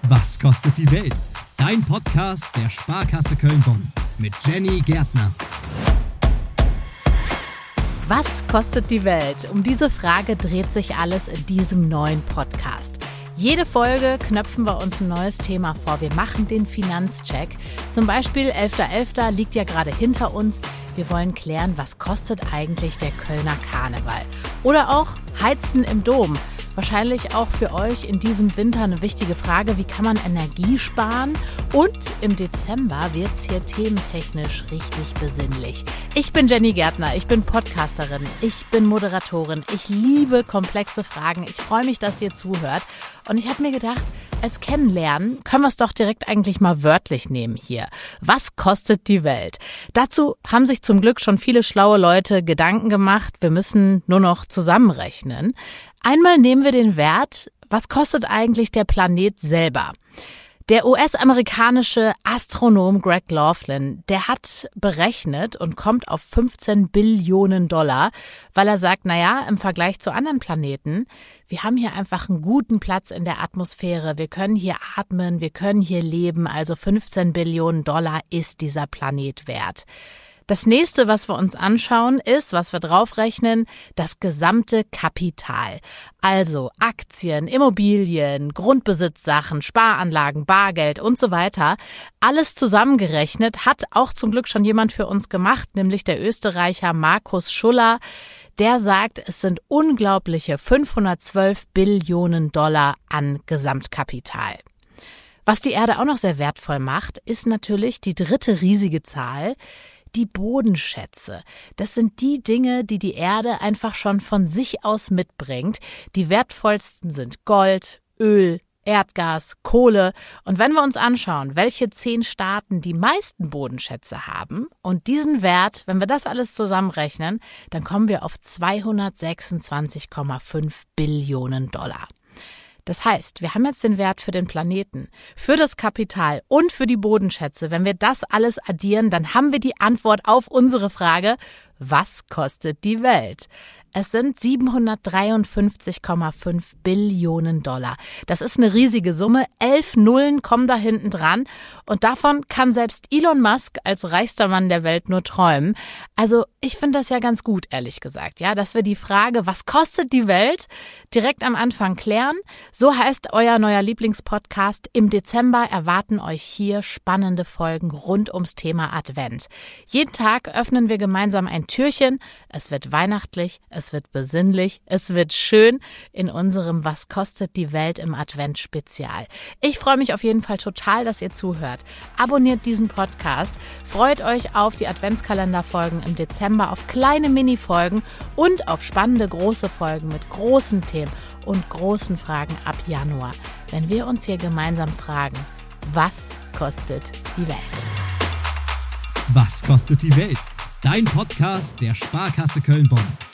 Was kostet die Welt? Dein Podcast der Sparkasse Köln-Bonn mit Jenny Gärtner. Was kostet die Welt? Um diese Frage dreht sich alles in diesem neuen Podcast. Jede Folge knöpfen wir uns ein neues Thema vor. Wir machen den Finanzcheck. Zum Beispiel 11.11. liegt ja gerade hinter uns. Wir wollen klären, was kostet eigentlich der Kölner Karneval? Oder auch Heizen im Dom. Wahrscheinlich auch für euch in diesem Winter eine wichtige Frage, wie kann man Energie sparen? Und im Dezember wird es hier thementechnisch richtig besinnlich. Ich bin Jenny Gärtner, ich bin Podcasterin, ich bin Moderatorin, ich liebe komplexe Fragen. Ich freue mich, dass ihr zuhört. Und ich habe mir gedacht, als Kennenlernen können wir es doch direkt eigentlich mal wörtlich nehmen hier. Was kostet die Welt? Dazu haben sich zum Glück schon viele schlaue Leute Gedanken gemacht. Wir müssen nur noch zusammenrechnen. Einmal nehmen wir den Wert, was kostet eigentlich der Planet selber? Der US-amerikanische Astronom Greg Laughlin, der hat berechnet und kommt auf 15 Billionen $, weil er sagt, naja, im Vergleich zu anderen Planeten, wir haben hier einfach einen guten Platz in der Atmosphäre, wir können hier atmen, wir können hier leben, also 15 Billionen $ ist dieser Planet wert. Das nächste, was wir uns anschauen, ist, was wir draufrechnen, das gesamte Kapital. Also Aktien, Immobilien, Grundbesitzsachen, Sparanlagen, Bargeld und so weiter. Alles zusammengerechnet hat auch zum Glück schon jemand für uns gemacht, nämlich der Österreicher Markus Schuller. Der sagt, es sind unglaubliche 512 Billionen $ an Gesamtkapital. Was die Erde auch noch sehr wertvoll macht, ist natürlich die dritte riesige Zahl, die Bodenschätze. Das sind die Dinge, die die Erde einfach schon von sich aus mitbringt. Die wertvollsten sind Gold, Öl, Erdgas, Kohle. Und wenn wir uns anschauen, welche 10 Staaten die meisten Bodenschätze haben und diesen Wert, wenn wir das alles zusammenrechnen, dann kommen wir auf 226,5 Billionen $. Das heißt, wir haben jetzt den Wert für den Planeten, für das Kapital und für die Bodenschätze. Wenn wir das alles addieren, dann haben wir die Antwort auf unsere Frage, was kostet die Welt? Es sind 753,5 Billionen $. Das ist eine riesige Summe. 11 Nullen kommen da hinten dran. Und davon kann selbst Elon Musk als reichster Mann der Welt nur träumen. Also ich finde das ja ganz gut, ehrlich gesagt, ja, dass wir die Frage, was kostet die Welt, direkt am Anfang klären. So heißt euer neuer Lieblingspodcast. Im Dezember erwarten euch hier spannende Folgen rund ums Thema Advent. Jeden Tag öffnen wir gemeinsam ein Türchen. Es wird weihnachtlich, es wird besinnlich, es wird schön in unserem Was kostet die Welt im Advent-Spezial. Ich freue mich auf jeden Fall total, dass ihr zuhört. Abonniert diesen Podcast, freut euch auf die Adventskalenderfolgen im Dezember, auf kleine Mini-Folgen und auf spannende große Folgen mit großen Themen und großen Fragen ab Januar, wenn wir uns hier gemeinsam fragen, was kostet die Welt? Was kostet die Welt? Dein Podcast der Sparkasse Köln-Bonn.